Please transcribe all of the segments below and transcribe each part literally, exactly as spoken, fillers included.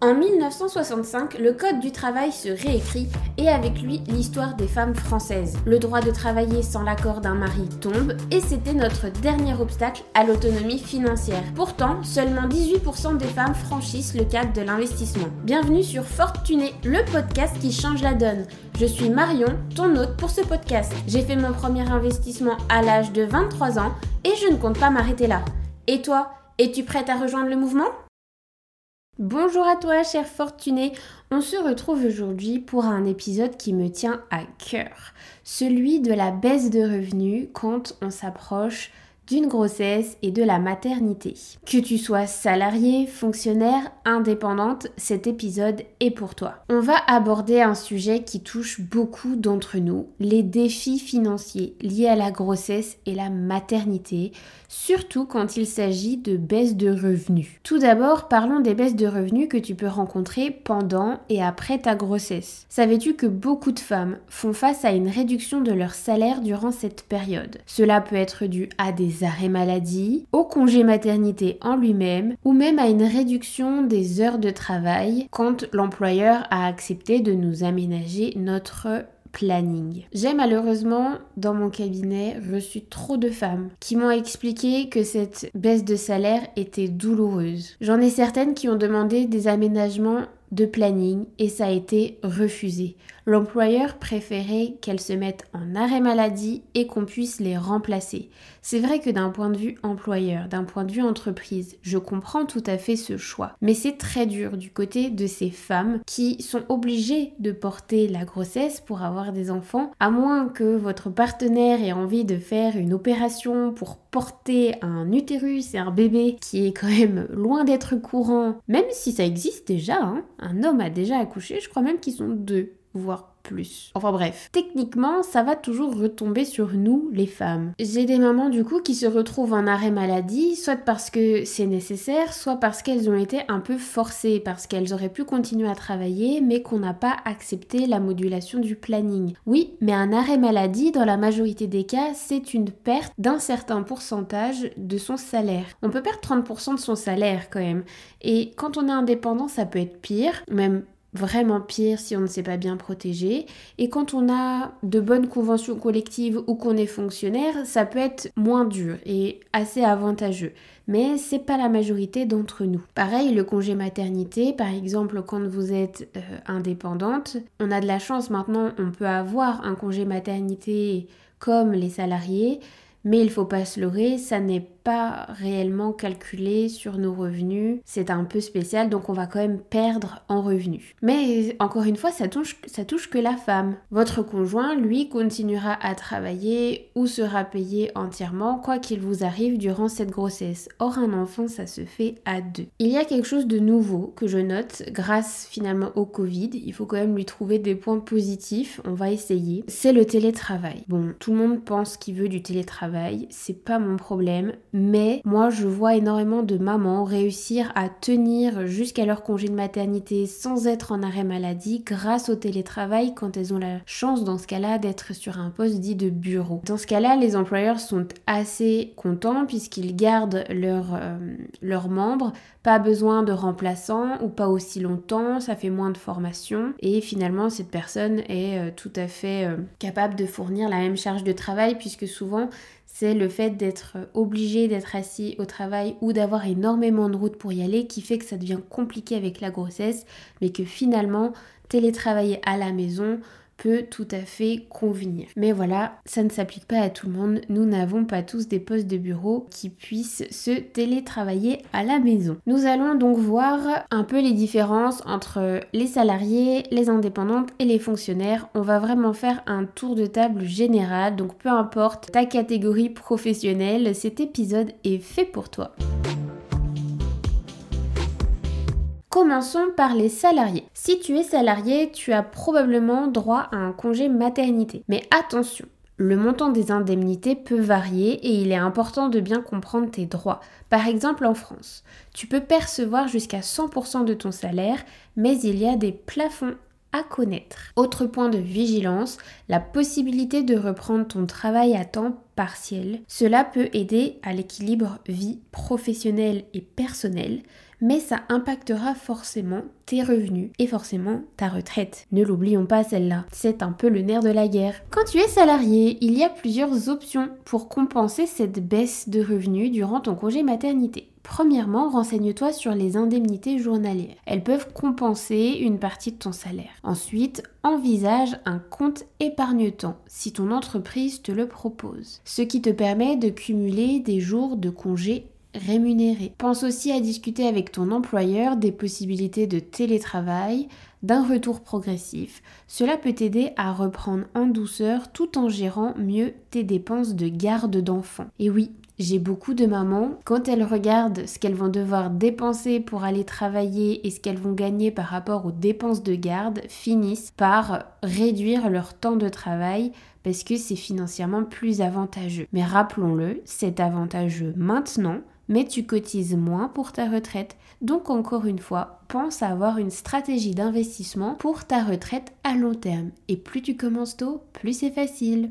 En mille neuf cent soixante-cinq, le Code du travail se réécrit et avec lui l'histoire des femmes françaises. Le droit de travailler sans l'accord d'un mari tombe et c'était notre dernier obstacle à l'autonomie financière. Pourtant, seulement dix-huit pour cent des femmes franchissent le cap de l'investissement. Bienvenue sur Fortuné, le podcast qui change la donne. Je suis Marion, ton hôte pour ce podcast. J'ai fait mon premier investissement à l'âge de vingt-trois ans et je ne compte pas m'arrêter là. Et toi, es-tu prête à rejoindre le mouvement ? Bonjour à toi, chère Fortunée. On se retrouve aujourd'hui pour un épisode qui me tient à cœur. Celui de la baisse de revenus quand on s'approche d'une grossesse et de la maternité. Que tu sois salarié, fonctionnaire, indépendante, cet épisode est pour toi. On va aborder un sujet qui touche beaucoup d'entre nous, les défis financiers liés à la grossesse et la maternité, surtout quand il s'agit de baisse de revenus. Tout d'abord, parlons des baisses de revenus que tu peux rencontrer pendant et après ta grossesse. Savais-tu que beaucoup de femmes font face à une réduction de leur salaire durant cette période ? Cela peut être dû à des arrêts maladie, au congé maternité en lui-même, ou même à une réduction des heures de travail quand l'employeur a accepté de nous aménager notre planning. J'ai malheureusement, dans mon cabinet, reçu trop de femmes qui m'ont expliqué que cette baisse de salaire était douloureuse. J'en ai certaines qui ont demandé des aménagements de planning et ça a été refusé. L'employeur préférait qu'elles se mettent en arrêt maladie et qu'on puisse les remplacer. C'est vrai que d'un point de vue employeur, d'un point de vue entreprise, je comprends tout à fait ce choix. Mais c'est très dur du côté de ces femmes qui sont obligées de porter la grossesse pour avoir des enfants, à moins que votre partenaire ait envie de faire une opération pour porter un utérus et un bébé qui est quand même loin d'être courant, même si ça existe déjà, hein. Un homme a déjà accouché, je crois même qu'ils sont deux, voire plus. Enfin bref, techniquement, ça va toujours retomber sur nous, les femmes. J'ai des mamans du coup qui se retrouvent en arrêt maladie, soit parce que c'est nécessaire, soit parce qu'elles ont été un peu forcées, parce qu'elles auraient pu continuer à travailler, mais qu'on n'a pas accepté la modulation du planning. Oui, mais un arrêt maladie, dans la majorité des cas, c'est une perte d'un certain pourcentage de son salaire. On peut perdre trente pour cent de son salaire quand même. Et quand on est indépendant, ça peut être pire, même vraiment pire si on ne s'est pas bien protégé. Et quand on a de bonnes conventions collectives ou qu'on est fonctionnaire, ça peut être moins dur et assez avantageux. Mais c'est pas la majorité d'entre nous. Pareil, le congé maternité, par exemple, quand vous êtes euh, indépendante, on a de la chance maintenant, on peut avoir un congé maternité comme les salariés, mais il faut pas se leurrer, ça n'est pas réellement calculé sur nos revenus. C'est un peu spécial, donc on va quand même perdre en revenus. Mais encore une fois, ça touche, ça touche que la femme. Votre conjoint, lui, continuera à travailler ou sera payé entièrement, quoi qu'il vous arrive durant cette grossesse. Or, un enfant, ça se fait à deux. Il y a quelque chose de nouveau que je note grâce finalement au Covid. Il faut quand même lui trouver des points positifs. On va essayer. C'est le télétravail. Bon, tout le monde pense qu'il veut du télétravail. C'est pas mon problème. Mais moi, je vois énormément de mamans réussir à tenir jusqu'à leur congé de maternité sans être en arrêt maladie grâce au télétravail quand elles ont la chance dans ce cas-là d'être sur un poste dit de bureau. Dans ce cas-là, les employeurs sont assez contents puisqu'ils gardent leurs euh, leurs membres, pas besoin de remplaçants ou pas aussi longtemps, ça fait moins de formation et finalement cette personne est euh, tout à fait euh, capable de fournir la même charge de travail puisque souvent c'est le fait d'être obligé d'être assis au travail ou d'avoir énormément de route pour y aller qui fait que ça devient compliqué avec la grossesse, mais que finalement, télétravailler à la maison peut tout à fait convenir. Mais voilà, ça ne s'applique pas à tout le monde. Nous n'avons pas tous des postes de bureau qui puissent se télétravailler à la maison. Nous allons donc voir un peu les différences entre les salariés, les indépendantes et les fonctionnaires. On va vraiment faire un tour de table général, donc peu importe ta catégorie professionnelle, cet épisode est fait pour toi. Commençons par les salariés. Si tu es salarié, tu as probablement droit à un congé maternité. Mais attention, le montant des indemnités peut varier et il est important de bien comprendre tes droits. Par exemple en France, tu peux percevoir jusqu'à cent pour cent de ton salaire, mais il y a des plafonds à connaître. Autre point de vigilance, la possibilité de reprendre ton travail à temps partiel. Cela peut aider à l'équilibre vie professionnelle et personnelle, mais ça impactera forcément tes revenus et forcément ta retraite. Ne l'oublions pas celle-là, c'est un peu le nerf de la guerre. Quand tu es salarié, il y a plusieurs options pour compenser cette baisse de revenus durant ton congé maternité. Premièrement, renseigne-toi sur les indemnités journalières. Elles peuvent compenser une partie de ton salaire. Ensuite, envisage un compte épargne-temps si ton entreprise te le propose, ce qui te permet de cumuler des jours de congé rémunérés. Pense aussi à discuter avec ton employeur des possibilités de télétravail, d'un retour progressif. Cela peut t'aider à reprendre en douceur tout en gérant mieux tes dépenses de garde d'enfants. Et oui, j'ai beaucoup de mamans, quand elles regardent ce qu'elles vont devoir dépenser pour aller travailler et ce qu'elles vont gagner par rapport aux dépenses de garde, finissent par réduire leur temps de travail parce que c'est financièrement plus avantageux. Mais rappelons-le, c'est avantageux maintenant, mais tu cotises moins pour ta retraite. Donc encore une fois, pense à avoir une stratégie d'investissement pour ta retraite à long terme. Et plus tu commences tôt, plus c'est facile.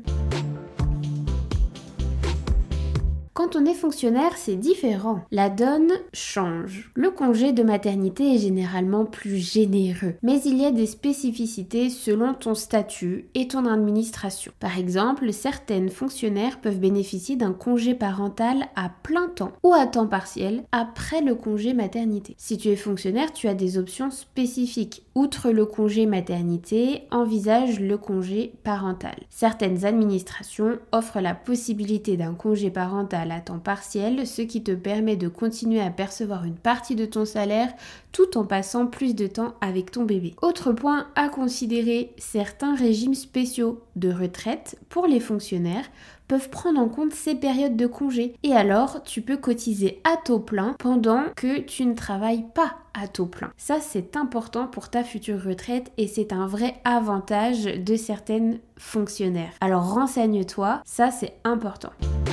Quand on est fonctionnaire, c'est différent. La donne change. Le congé de maternité est généralement plus généreux, mais il y a des spécificités selon ton statut et ton administration. Par exemple, certaines fonctionnaires peuvent bénéficier d'un congé parental à plein temps ou à temps partiel après le congé maternité. Si tu es fonctionnaire, tu as des options spécifiques. Outre le congé maternité, envisage le congé parental. Certaines administrations offrent la possibilité d'un congé parental à temps partiel, ce qui te permet de continuer à percevoir une partie de ton salaire tout en passant plus de temps avec ton bébé. Autre point à considérer, certains régimes spéciaux de retraite pour les fonctionnaires peuvent prendre en compte ces périodes de congé. Et alors, tu peux cotiser à taux plein pendant que tu ne travailles pas à taux plein. Ça, c'est important pour ta future retraite et c'est un vrai avantage de certaines fonctionnaires. Alors, renseigne-toi, ça, c'est important.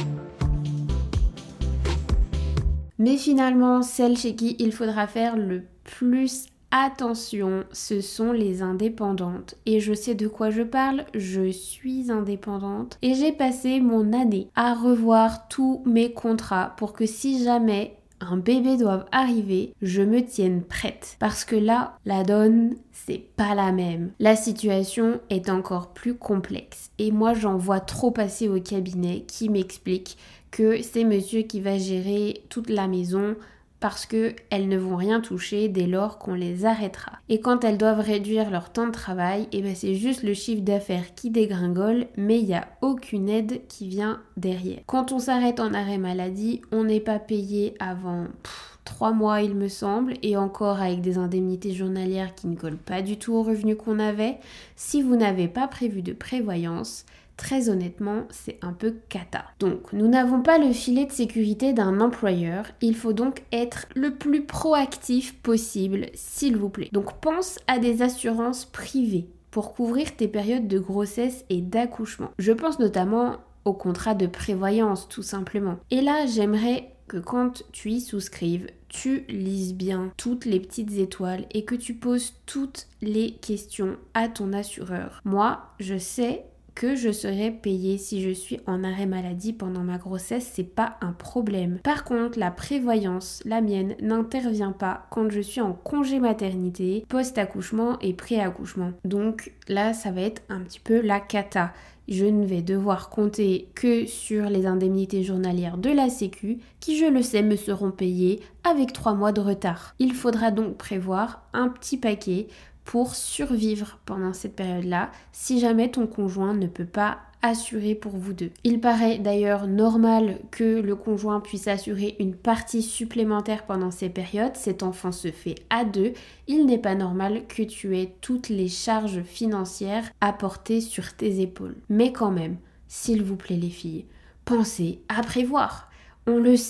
Mais finalement, celles chez qui il faudra faire le plus attention, ce sont les indépendantes. Et je sais de quoi je parle, je suis indépendante. Et j'ai passé mon année à revoir tous mes contrats pour que si jamais un bébé doit arriver, je me tienne prête. Parce que là, la donne, c'est pas la même. La situation est encore plus complexe. Et moi, j'en vois trop passer au cabinet qui m'explique que c'est monsieur qui va gérer toute la maison parce qu'elles ne vont rien toucher dès lors qu'on les arrêtera. Et quand elles doivent réduire leur temps de travail, et ben c'est juste le chiffre d'affaires qui dégringole, mais il n'y a aucune aide qui vient derrière. Quand on s'arrête en arrêt maladie, on n'est pas payé avant pff, trois mois il me semble, et encore avec des indemnités journalières qui ne collent pas du tout aux revenus qu'on avait. Si vous n'avez pas prévu de prévoyance, très honnêtement, c'est un peu cata. Donc, nous n'avons pas le filet de sécurité d'un employeur. Il faut donc être le plus proactif possible, s'il vous plaît. Donc, pense à des assurances privées pour couvrir tes périodes de grossesse et d'accouchement. Je pense notamment au contrat de prévoyance, tout simplement. Et là, j'aimerais que quand tu y souscrives, tu lises bien toutes les petites étoiles et que tu poses toutes les questions à ton assureur. Moi, je sais que je serai payée si je suis en arrêt maladie pendant ma grossesse, c'est pas un problème. Par contre, la prévoyance, la mienne, n'intervient pas quand je suis en congé maternité, post-accouchement et pré-accouchement. Donc là, ça va être un petit peu la cata. Je ne vais devoir compter que sur les indemnités journalières de la Sécu, qui, je le sais, me seront payées avec trois mois de retard. Il faudra donc prévoir un petit paquet pour survivre pendant cette période-là, si jamais ton conjoint ne peut pas assurer pour vous deux. Il paraît d'ailleurs normal que le conjoint puisse assurer une partie supplémentaire pendant ces périodes. Cet enfant se fait à deux. Il n'est pas normal que tu aies toutes les charges financières à porter sur tes épaules. Mais quand même, s'il vous plaît les filles, pensez à prévoir. On le sait,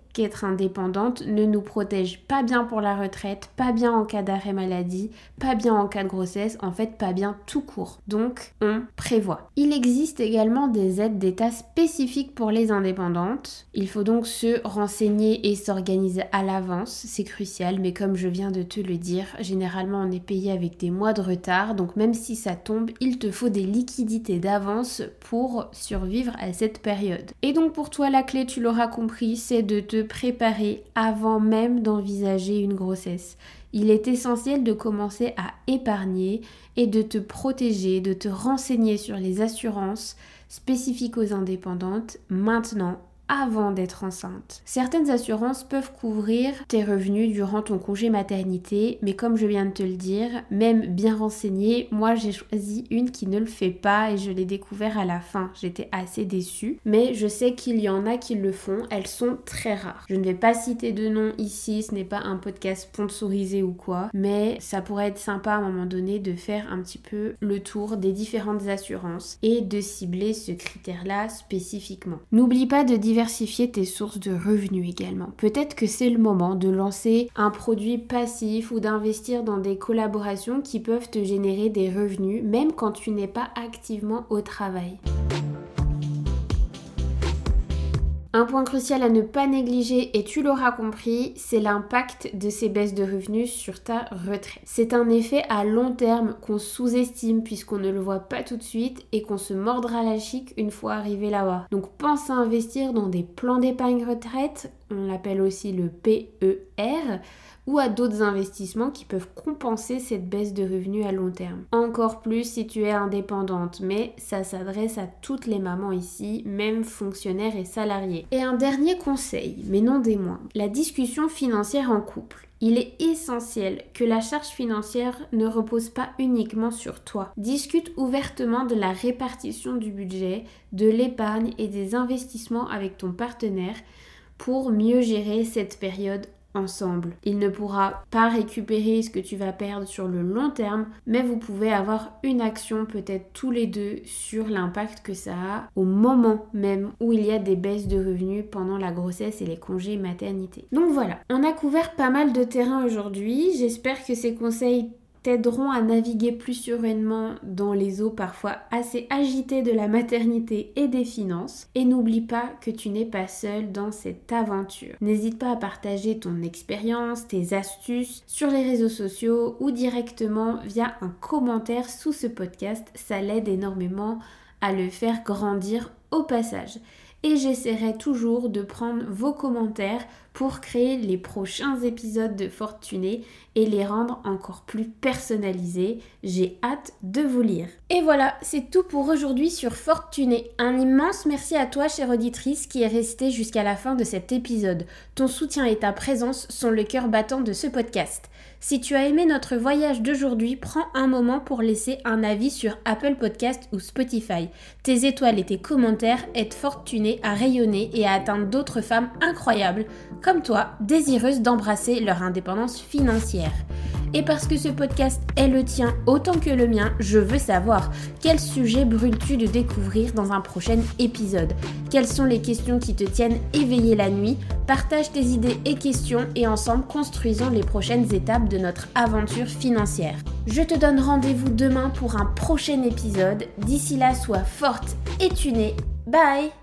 qu'être indépendante ne nous protège pas bien pour la retraite, pas bien en cas d'arrêt maladie, pas bien en cas de grossesse, en fait pas bien tout court. Donc on prévoit. Il existe également des aides d'État spécifiques pour les indépendantes. Il faut donc se renseigner et s'organiser à l'avance, c'est crucial, mais comme je viens de te le dire, généralement on est payé avec des mois de retard, donc même si ça tombe, il te faut des liquidités d'avance pour survivre à cette période. Et donc pour toi la clé, tu l'auras compris, c'est de te préparer avant même d'envisager une grossesse. Il est essentiel de commencer à épargner et de te protéger, de te renseigner sur les assurances spécifiques aux indépendantes maintenant, avant d'être enceinte. Certaines assurances peuvent couvrir tes revenus durant ton congé maternité, mais comme je viens de te le dire, même bien renseignée, moi j'ai choisi une qui ne le fait pas et je l'ai découvert à la fin. J'étais assez déçue, mais je sais qu'il y en a qui le font, elles sont très rares. Je ne vais pas citer de nom ici, ce n'est pas un podcast sponsorisé ou quoi, mais ça pourrait être sympa à un moment donné de faire un petit peu le tour des différentes assurances et de cibler ce critère-là spécifiquement. N'oublie pas de diversifier Diversifier tes sources de revenus également. Peut-être que c'est le moment de lancer un produit passif ou d'investir dans des collaborations qui peuvent te générer des revenus même quand tu n'es pas activement au travail. Un point crucial à ne pas négliger, et tu l'auras compris, c'est l'impact de ces baisses de revenus sur ta retraite. C'est un effet à long terme qu'on sous-estime puisqu'on ne le voit pas tout de suite et qu'on se mordra la chique une fois arrivé là-bas. Donc pense à investir dans des plans d'épargne retraite, on l'appelle aussi le P E R, ou à d'autres investissements qui peuvent compenser cette baisse de revenus à long terme. Encore plus si tu es indépendante, mais ça s'adresse à toutes les mamans ici, même fonctionnaires et salariés. Et un dernier conseil, mais non des moindres, la discussion financière en couple. Il est essentiel que la charge financière ne repose pas uniquement sur toi. Discute ouvertement de la répartition du budget, de l'épargne et des investissements avec ton partenaire pour mieux gérer cette période ensemble. Il ne pourra pas récupérer ce que tu vas perdre sur le long terme, mais vous pouvez avoir une action peut-être tous les deux sur l'impact que ça a au moment même où il y a des baisses de revenus pendant la grossesse et les congés maternité. Donc voilà, on a couvert pas mal de terrain aujourd'hui. J'espère que ces conseils t'aideront à naviguer plus sereinement dans les eaux parfois assez agitées de la maternité et des finances. Et n'oublie pas que tu n'es pas seule dans cette aventure. N'hésite pas à partager ton expérience, tes astuces sur les réseaux sociaux ou directement via un commentaire sous ce podcast. Ça l'aide énormément à le faire grandir au passage. Et j'essaierai toujours de prendre vos commentaires pour créer les prochains épisodes de Fortunée et les rendre encore plus personnalisés. J'ai hâte de vous lire. Et voilà, c'est tout pour aujourd'hui sur Fortunée. Un immense merci à toi, chère auditrice, qui est restée jusqu'à la fin de cet épisode. Ton soutien et ta présence sont le cœur battant de ce podcast. Si tu as aimé notre voyage d'aujourd'hui, prends un moment pour laisser un avis sur Apple Podcast ou Spotify. Tes étoiles et tes commentaires aident Fortunée à rayonner et à atteindre d'autres femmes incroyables, comme toi, désireuses d'embrasser leur indépendance financière. Et parce que ce podcast est le tien autant que le mien, je veux savoir quel sujet brûles-tu de découvrir dans un prochain épisode? Quelles sont les questions qui te tiennent éveillée la nuit? Partage tes idées et questions et ensemble construisons les prochaines étapes de notre aventure financière. Je te donne rendez-vous demain pour un prochain épisode. D'ici là, sois forte et tunée. Bye!